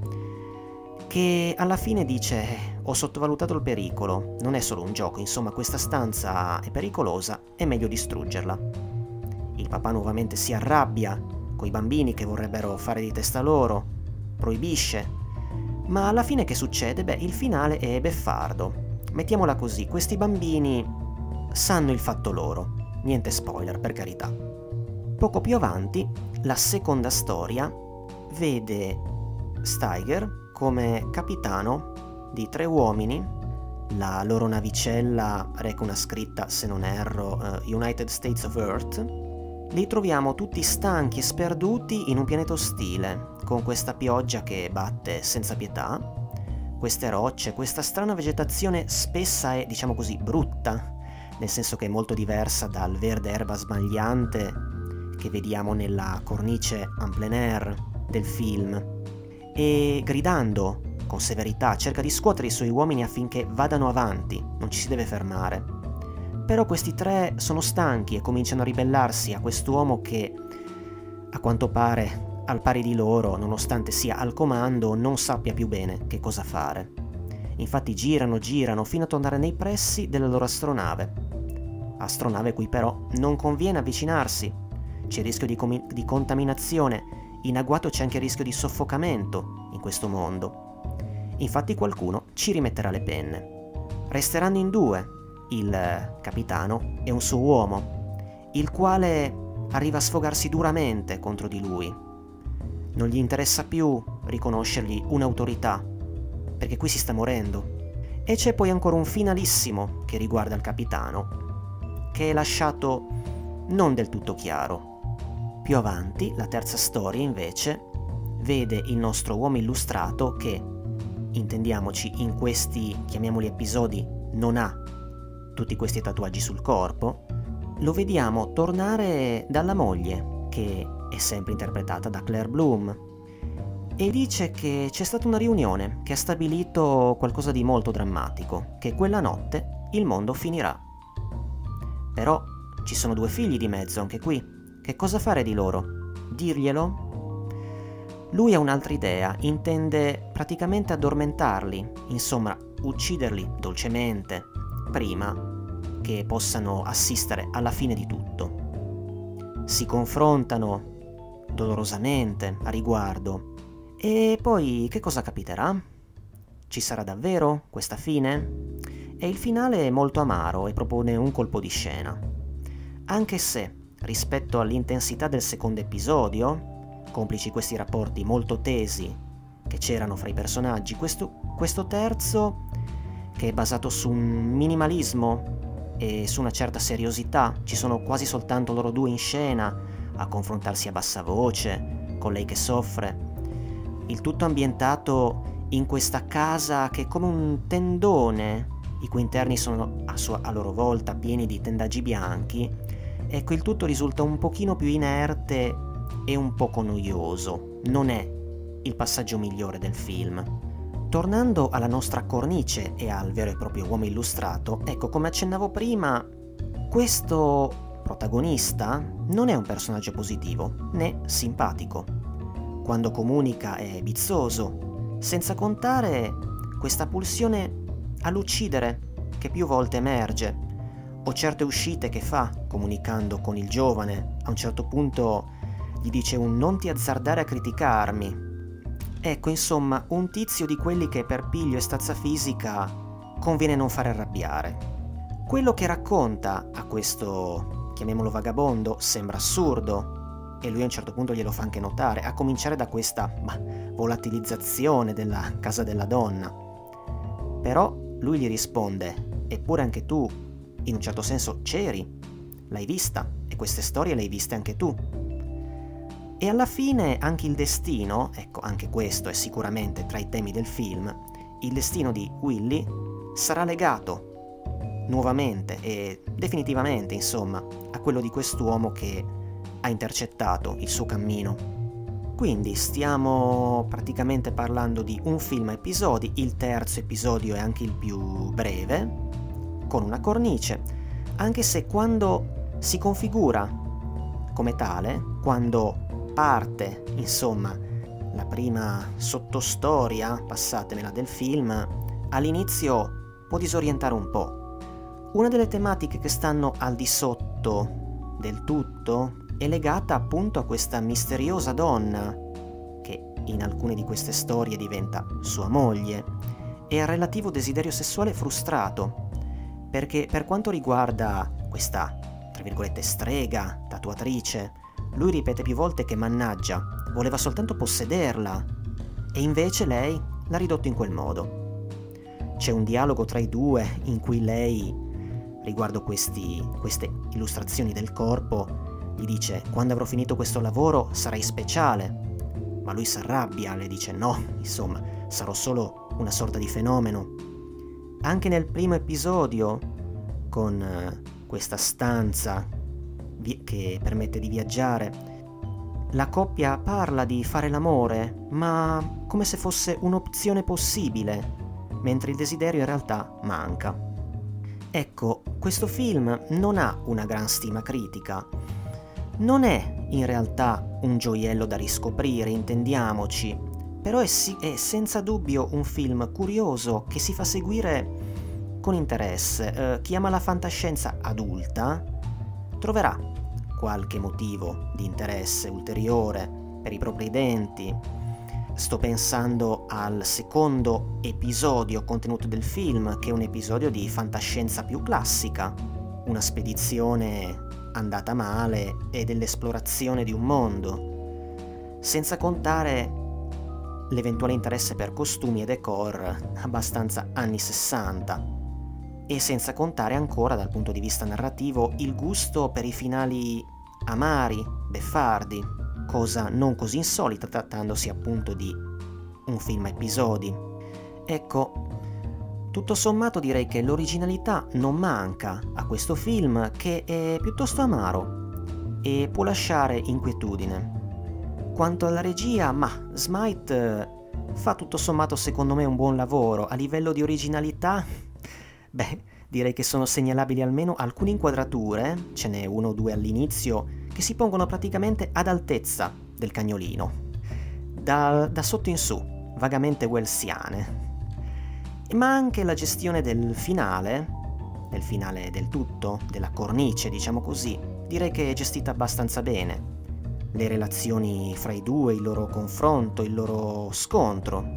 che alla fine dice: ho sottovalutato il pericolo, non è solo un gioco, insomma questa stanza è pericolosa, è meglio distruggerla. Il papà nuovamente si arrabbia coi bambini che vorrebbero fare di testa loro, proibisce, ma alla fine che succede? Beh, il finale è beffardo. Mettiamola così, questi bambini sanno il fatto loro, niente spoiler per carità. Poco più avanti, la seconda storia vede Steiger come capitano di tre uomini. La loro navicella reca una scritta, se non erro, uh, United States of Earth. Li troviamo tutti stanchi e sperduti in un pianeta ostile, con questa pioggia che batte senza pietà, queste rocce, questa strana vegetazione spessa e, diciamo così, brutta, nel senso che è molto diversa dal verde erba smagliante che vediamo nella cornice en plein air del film. E gridando con severità cerca di scuotere i suoi uomini affinché vadano avanti, non ci si deve fermare. Però questi tre sono stanchi e cominciano a ribellarsi a quest'uomo che, a quanto pare, al pari di loro, nonostante sia al comando, non sappia più bene che cosa fare. Infatti girano, girano, fino a tornare nei pressi della loro astronave. Astronave cui però non conviene avvicinarsi. C'è il rischio di, com- di contaminazione, in agguato c'è anche il rischio di soffocamento in questo mondo. Infatti qualcuno ci rimetterà le penne. Resteranno in due, il capitano e un suo uomo, il quale arriva a sfogarsi duramente contro di lui. Non gli interessa più riconoscergli un'autorità, perché qui si sta morendo. E c'è poi ancora un finalissimo che riguarda il capitano, che è lasciato non del tutto chiaro. Più avanti, la terza storia, invece, vede il nostro uomo illustrato che, intendiamoci, in questi, chiamiamoli episodi, non ha tutti questi tatuaggi sul corpo. Lo vediamo tornare dalla moglie, che è sempre interpretata da Claire Bloom, e dice che c'è stata una riunione che ha stabilito qualcosa di molto drammatico, che quella notte il mondo finirà. Però ci sono due figli di mezzo anche qui. Che cosa fare di loro? Dirglielo? Lui ha un'altra idea, intende praticamente addormentarli, insomma ucciderli dolcemente, prima che possano assistere alla fine di tutto. Si confrontano dolorosamente a riguardo. E poi che cosa capiterà? Ci sarà davvero questa fine? E il finale è molto amaro e propone un colpo di scena. Anche se, rispetto all'intensità del secondo episodio, complici questi rapporti molto tesi che c'erano fra i personaggi, questo, questo terzo che è basato su un minimalismo e su una certa seriosità. Ci sono quasi soltanto loro due in scena a confrontarsi a bassa voce, con lei che soffre. Il tutto ambientato in questa casa che è come un tendone, i cui interni sono a, sua, a loro volta pieni di tendaggi bianchi. Ecco, il tutto risulta un pochino più inerte e un poco noioso. Non è il passaggio migliore del film. Tornando alla nostra cornice e al vero e proprio uomo illustrato, ecco, come accennavo prima, questo protagonista non è un personaggio positivo né simpatico. Quando comunica è bizzoso, senza contare questa pulsione all'uccidere che più volte emerge, o certe uscite che fa comunicando con il giovane. A un certo punto gli dice un non ti azzardare a criticarmi. Ecco, insomma, un tizio di quelli che per piglio e stazza fisica conviene non fare arrabbiare. Quello che racconta a questo, chiamiamolo vagabondo, sembra assurdo, e lui a un certo punto glielo fa anche notare, a cominciare da questa bah, volatilizzazione della casa della donna. Però lui gli risponde, eppure anche tu, in un certo senso, c'eri, l'hai vista, e queste storie le hai viste anche tu. E alla fine anche il destino, ecco, anche questo è sicuramente tra i temi del film, il destino di Willy sarà legato nuovamente e definitivamente, insomma, a quello di quest'uomo che ha intercettato il suo cammino. Quindi stiamo praticamente parlando di un film a episodi, il terzo episodio è anche il più breve, con una cornice, anche se quando si configura come tale, quando parte, insomma, la prima sottostoria, passatemela, del film, all'inizio può disorientare un po'. Una delle tematiche che stanno al di sotto del tutto è legata appunto a questa misteriosa donna, che in alcune di queste storie diventa sua moglie, e al relativo desiderio sessuale frustrato, perché per quanto riguarda questa, tra virgolette, strega, tatuatrice, lui ripete più volte che mannaggia, voleva soltanto possederla, e invece lei l'ha ridotto in quel modo. C'è un dialogo tra i due in cui lei, riguardo questi, queste illustrazioni del corpo, gli dice quando avrò finito questo lavoro sarai speciale, ma lui si arrabbia, le dice no, insomma, sarò solo una sorta di fenomeno. Anche nel primo episodio, con uh, questa stanza che permette di viaggiare, la coppia parla di fare l'amore, ma come se fosse un'opzione possibile, mentre il desiderio in realtà manca. Ecco, questo film non ha una gran stima critica. Non è in realtà un gioiello da riscoprire, intendiamoci, però è, sì, è senza dubbio un film curioso che si fa seguire con interesse. Eh, chi ama la fantascienza adulta troverà qualche motivo di interesse ulteriore per i propri denti. Sto pensando al secondo episodio contenuto del film, che è un episodio di fantascienza più classica, una spedizione andata male e dell'esplorazione di un mondo, senza contare l'eventuale interesse per costumi e decor abbastanza anni sessanta. E senza contare ancora, dal punto di vista narrativo, il gusto per i finali amari, beffardi, cosa non così insolita trattandosi appunto di un film a episodi. Ecco, tutto sommato direi che l'originalità non manca a questo film, che è piuttosto amaro e può lasciare inquietudine. Quanto alla regia, ma Smythe fa tutto sommato secondo me un buon lavoro. A livello di originalità, beh, direi che sono segnalabili almeno alcune inquadrature, ce n'è uno o due all'inizio, che si pongono praticamente ad altezza del cagnolino, da, da sotto in su, vagamente wellsiane. Ma anche la gestione del finale, del finale del tutto, della cornice, diciamo così, direi che è gestita abbastanza bene. Le relazioni fra i due, il loro confronto, il loro scontro.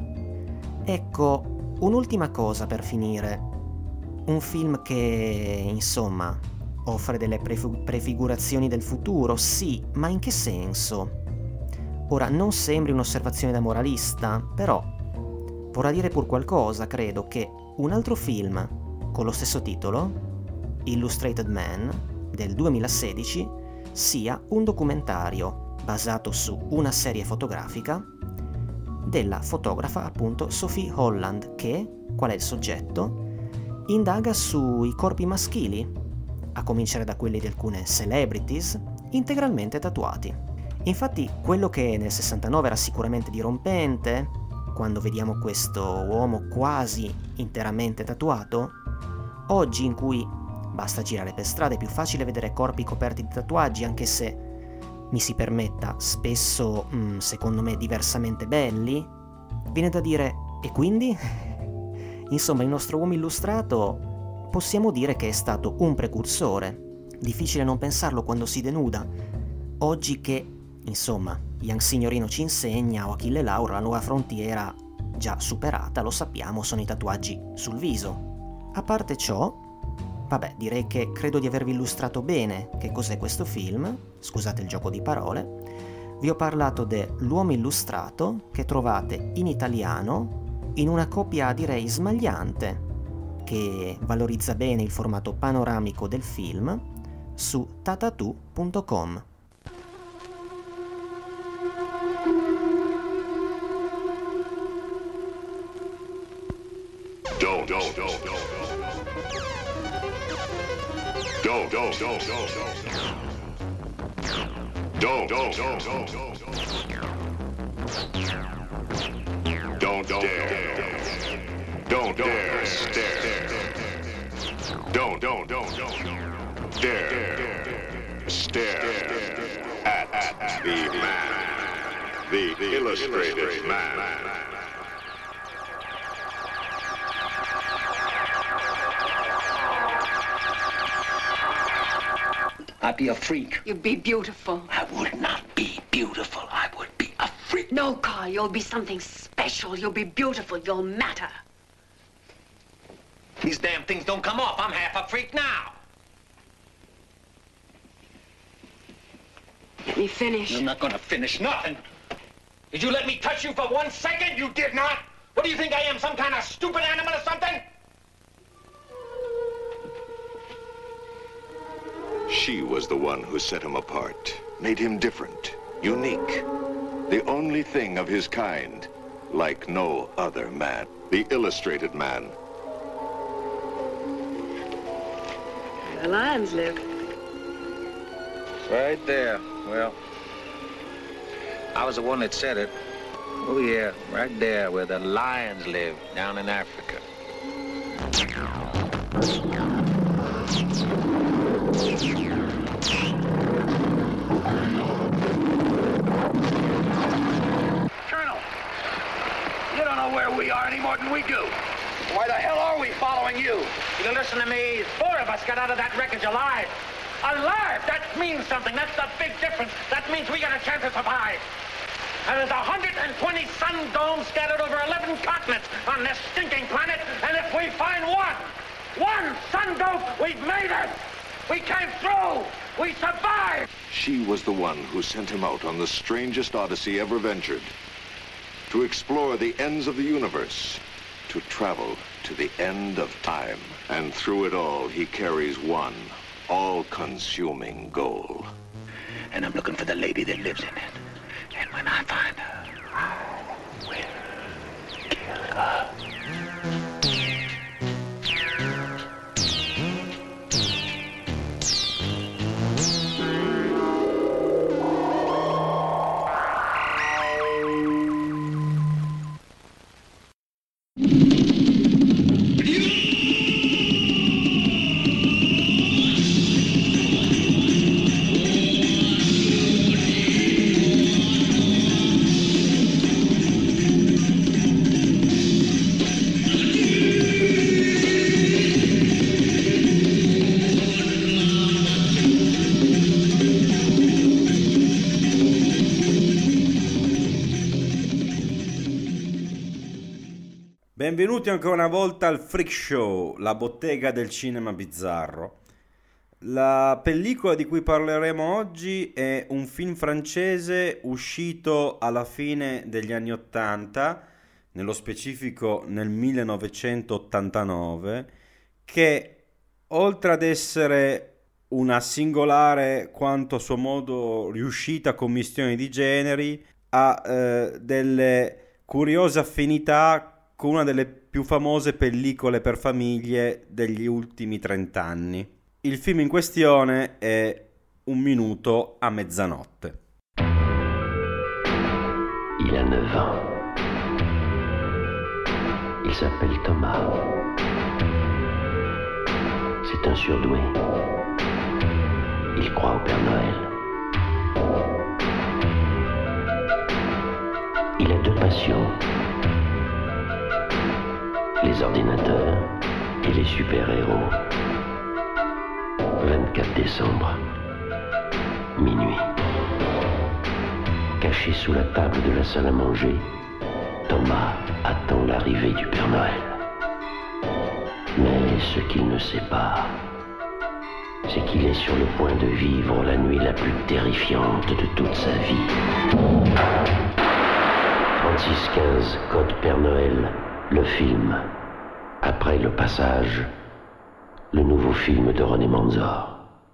Ecco, un'ultima cosa per finire. Un film che, insomma, offre delle pref- prefigurazioni del futuro, sì, ma in che senso? Ora, non sembri un'osservazione da moralista, però vorrà dire pur qualcosa, credo, che un altro film con lo stesso titolo, Illustrated Man, del duemilasedici, sia un documentario basato su una serie fotografica della fotografa appunto Sophie Holland che, qual è il soggetto, indaga sui corpi maschili, a cominciare da quelli di alcune celebrities, integralmente tatuati. Infatti quello che nel sessantanove era sicuramente dirompente, quando vediamo questo uomo quasi interamente tatuato, oggi in cui basta girare per strada è più facile vedere corpi coperti di tatuaggi, anche se, mi si permetta, spesso, mh, secondo me, diversamente belli, viene da dire, e quindi? Insomma, il nostro uomo illustrato possiamo dire che è stato un precursore. Difficile non pensarlo quando si denuda. Oggi che, insomma, Young Signorino ci insegna, o Achille Lauro, la nuova frontiera già superata, lo sappiamo, sono i tatuaggi sul viso. A parte ciò, vabbè, direi che credo di avervi illustrato bene che cos'è questo film, scusate il gioco di parole. Vi ho parlato de L'uomo illustrato, che trovate in italiano in una copia direi smagliante, che valorizza bene il formato panoramico del film, su tatatu punto com. Don't, don't, don't, don't. Don't, don't, don't, don't, don't, don't, don't, don't, don't, don't dare, don't dare stare, don't, don't, don't, don't dare stare at the man, the illustrated man. I'd be a freak. You'd be beautiful. I would not be beautiful. I would be a freak. No, Carl, you'll be something special. You'll be beautiful. You'll matter. These damn things don't come off. I'm half a freak now. Let me finish. You're not gonna finish nothing. Did you let me touch you for one second? You did not. What do you think I am, some kind of stupid animal or something? She was the one who set him apart, made him different, unique, the only thing of his kind, like no other man, the illustrated man. Where the lions live. Right there. Well, I was the one that said it. Oh, yeah, right there where the lions live, down in Africa. Colonel, you don't know where we are any more than we do. Why the hell are we following you? You listen to me. Four of us got out of that wreckage alive. Alive! That means something. That's the big difference. That means we got a chance to survive. And there's one hundred twenty sun domes scattered over eleven continents on this stinking planet. And if we find one, one sun dome, we've made it. We came through. We survived. She was the one who sent him out on the strangest odyssey ever ventured, to explore the ends of the universe, to travel to the end of time. And through it all, he carries one all-consuming goal. And I'm looking for the lady that lives in it. And when I find her, I will kill her. Benvenuti ancora una volta al Freak Show, la bottega del cinema bizzarro. La pellicola di cui parleremo oggi è un film francese uscito alla fine degli anni ottanta, nello specifico nel millenovecentottantanove, che oltre ad essere una singolare quanto a suo modo riuscita commistione di generi, ha eh, delle curiose affinità con una delle più famose pellicole per famiglie degli ultimi trent'anni. Il film in questione è Un minuto a mezzanotte. Il a neuf ans. Il s'appelle Thomas. C'est un surdoué. Il croit au Père Noël. Il a deux passions. Les ordinateurs et les super-héros. vingt-quatre décembre, minuit. Caché sous la table de la salle à manger, Thomas attend l'arrivée du Père Noël. Mais ce qu'il ne sait pas, c'est qu'il est sur le point de vivre la nuit la plus terrifiante de toute sa vie. trente-six quinze, code Père Noël, le film. Après le passage, le nouveau film de René Manzor.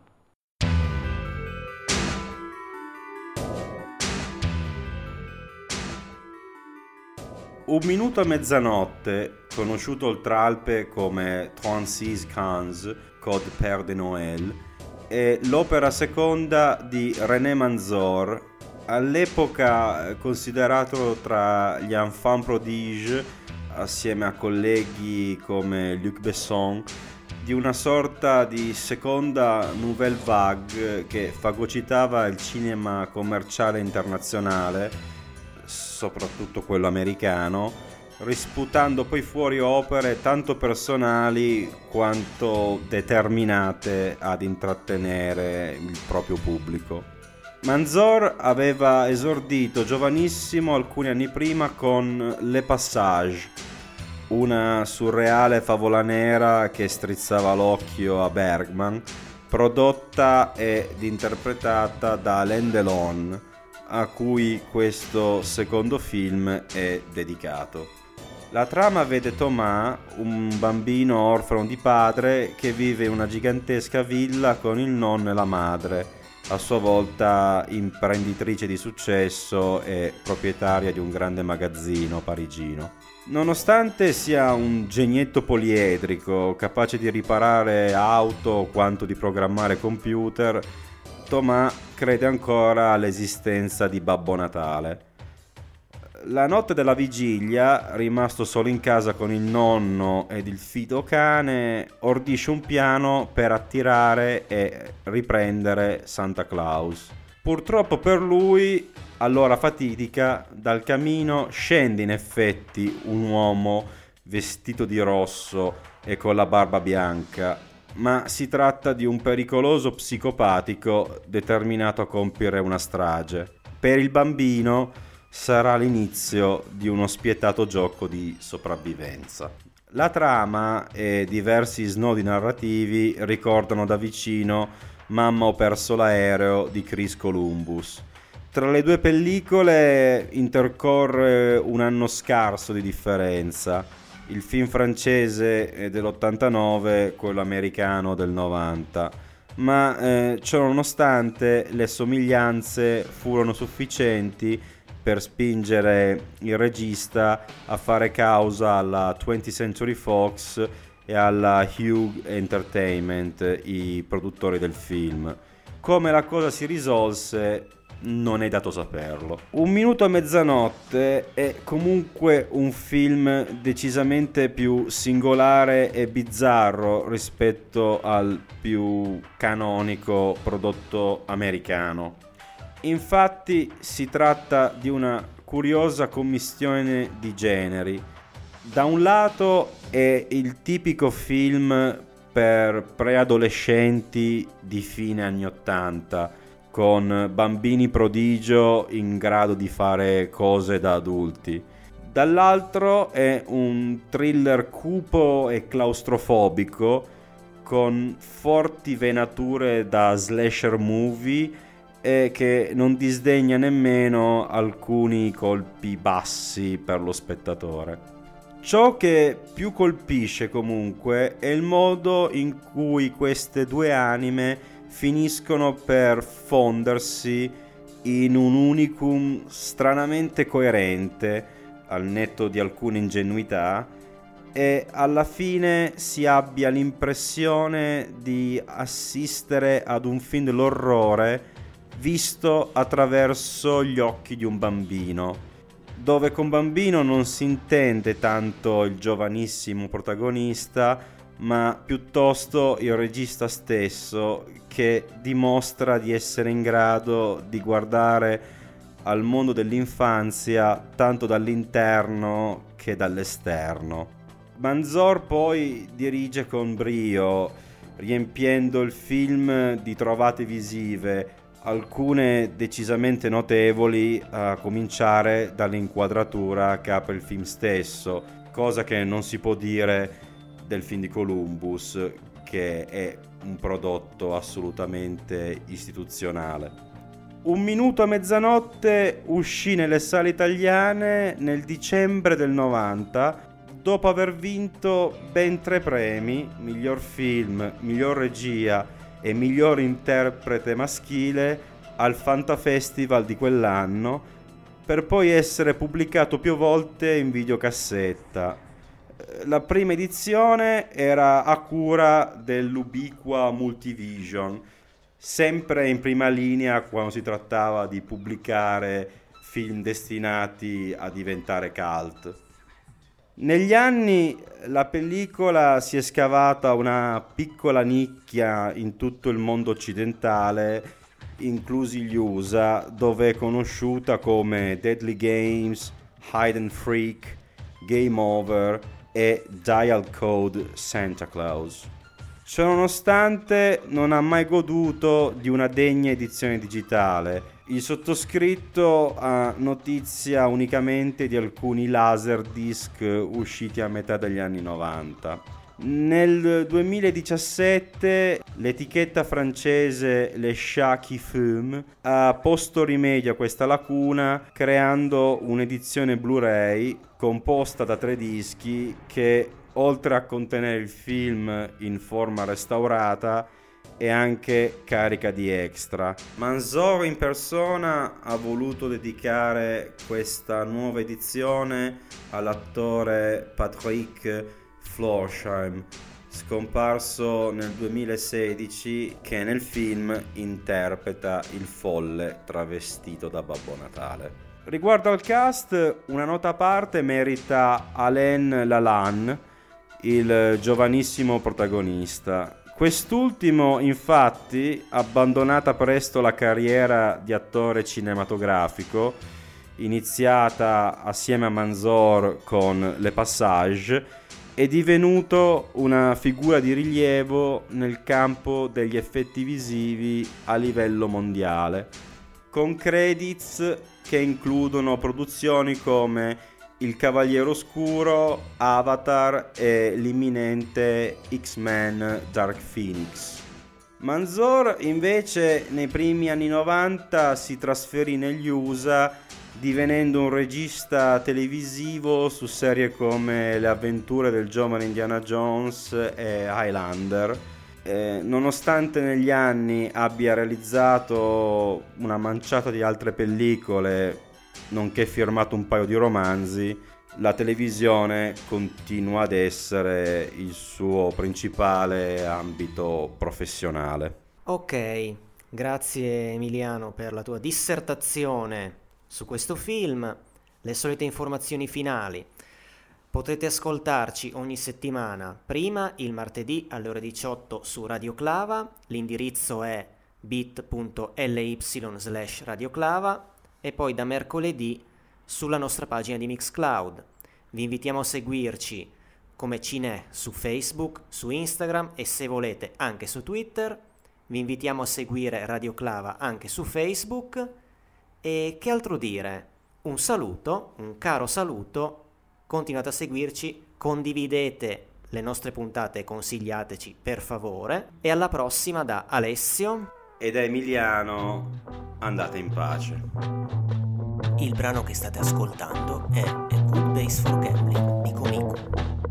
Un minuto a mezzanotte, conosciuto oltre Alpe come trente-six quinze, code Père de Noël, è l'opera seconda di René Manzor, all'epoca considerato tra gli enfants prodiges, assieme a colleghi come Luc Besson, di una sorta di seconda nouvelle vague che fagocitava il cinema commerciale internazionale, soprattutto quello americano, risputando poi fuori opere tanto personali quanto determinate ad intrattenere il proprio pubblico. Manzor aveva esordito giovanissimo alcuni anni prima con Le Passage, una surreale favola nera che strizzava l'occhio a Bergman, prodotta ed interpretata da Alain Delon, a cui questo secondo film è dedicato. La trama vede Thomas, un bambino orfano di padre che vive in una gigantesca villa con il nonno e la madre, a sua volta imprenditrice di successo e proprietaria di un grande magazzino parigino. Nonostante sia un genietto poliedrico, capace di riparare auto quanto di programmare computer, Thomas crede ancora all'esistenza di Babbo Natale. La notte della vigilia, rimasto solo in casa con il nonno ed il fido cane, ordisce un piano per attirare e riprendere Santa Claus. Purtroppo per lui, all'ora fatidica, dal camino scende in effetti un uomo vestito di rosso e con la barba bianca, ma si tratta di un pericoloso psicopatico determinato a compiere una strage. Per il bambino sarà l'inizio di uno spietato gioco di sopravvivenza. La trama e diversi snodi narrativi ricordano da vicino Mamma ho perso l'aereo di Chris Columbus. Tra le due pellicole intercorre un anno scarso di differenza. Il film francese è dell'ottantanove, quello americano del novanta, ma eh, ciò nonostante le somiglianze furono sufficienti per spingere il regista a fare causa alla twentieth Century Fox e alla Hughes Entertainment, i produttori del film. Come la cosa si risolse non è dato saperlo. Un minuto a mezzanotte è comunque un film decisamente più singolare e bizzarro rispetto al più canonico prodotto americano. Infatti si tratta di una curiosa commistione di generi. Da un lato è il tipico film per preadolescenti di fine anni ottanta, con bambini prodigio in grado di fare cose da adulti. Dall'altro è un thriller cupo e claustrofobico, con forti venature da slasher movie e che non disdegna nemmeno alcuni colpi bassi per lo spettatore. Ciò che più colpisce comunque è il modo in cui queste due anime finiscono per fondersi in un unicum stranamente coerente, al netto di alcune ingenuità, e alla fine si abbia l'impressione di assistere ad un film dell'orrore visto attraverso gli occhi di un bambino, dove con bambino non si intende tanto il giovanissimo protagonista, ma piuttosto il regista stesso, che dimostra di essere in grado di guardare al mondo dell'infanzia tanto dall'interno che dall'esterno. Manzor poi dirige con brio, riempiendo il film di trovate visive, alcune decisamente notevoli, a cominciare dall'inquadratura che apre il film stesso, cosa che non si può dire del film di Columbus, che è un prodotto assolutamente istituzionale. Un minuto a mezzanotte uscì nelle sale italiane nel dicembre del novanta, dopo aver vinto ben tre premi, miglior film, miglior regia e miglior interprete maschile al Fantafestival di quell'anno, per poi essere pubblicato più volte in videocassetta. La prima edizione era a cura dell'ubiqua Multivision, sempre in prima linea quando si trattava di pubblicare film destinati a diventare cult. Negli anni la pellicola si è scavata una piccola nicchia in tutto il mondo occidentale, inclusi gli U S A, dove è conosciuta come Deadly Games, Hide and Freak, Game Over e Dial Code Santa Claus. Ciononostante non ha mai goduto di una degna edizione digitale. Il sottoscritto ha notizia unicamente di alcuni laserdisc usciti a metà degli anni novanta. Nel duemiladiciassette l'etichetta francese Les Chats Fument ha posto rimedio a questa lacuna creando un'edizione Blu-ray composta da tre dischi che, oltre a contenere il film in forma restaurata, è anche carica di extra. Manzor in persona ha voluto dedicare questa nuova edizione all'attore Patrick Florsheim, scomparso nel duemilasedici, che nel film interpreta il folle travestito da Babbo Natale. Riguardo al cast, una nota a parte merita Alain Lalanne, il giovanissimo protagonista. Quest'ultimo, infatti, abbandonata presto la carriera di attore cinematografico, iniziata assieme a Manzor con Le Passage, è divenuto una figura di rilievo nel campo degli effetti visivi a livello mondiale, con credits che includono produzioni come Il Cavaliere Oscuro, Avatar e l'imminente X-Men Dark Phoenix. Manzor invece nei primi anni novanta si trasferì negli U S A, divenendo un regista televisivo su serie come Le avventure del giovane Indiana Jones e Highlander. Eh, nonostante negli anni abbia realizzato una manciata di altre pellicole, nonché firmato un paio di romanzi, la televisione continua ad essere il suo principale ambito professionale. Ok, grazie Emiliano per la tua dissertazione su questo film. Le solite informazioni finali. Potete ascoltarci ogni settimana, prima il martedì alle ore diciotto su Radio Clava, l'indirizzo è bit.ly slash radioclava, e poi da mercoledì sulla nostra pagina di Mixcloud. Vi invitiamo a seguirci come Cine su Facebook, su Instagram e, se volete, anche su Twitter. Vi invitiamo a seguire Radio Clava anche su Facebook. E che altro dire? Un saluto, un caro saluto, continuate a seguirci, condividete le nostre puntate e consigliateci per favore. E alla prossima da Alessio e da Emiliano. andate in pace. Il brano che state ascoltando è A Good Base for Gambling di Comico.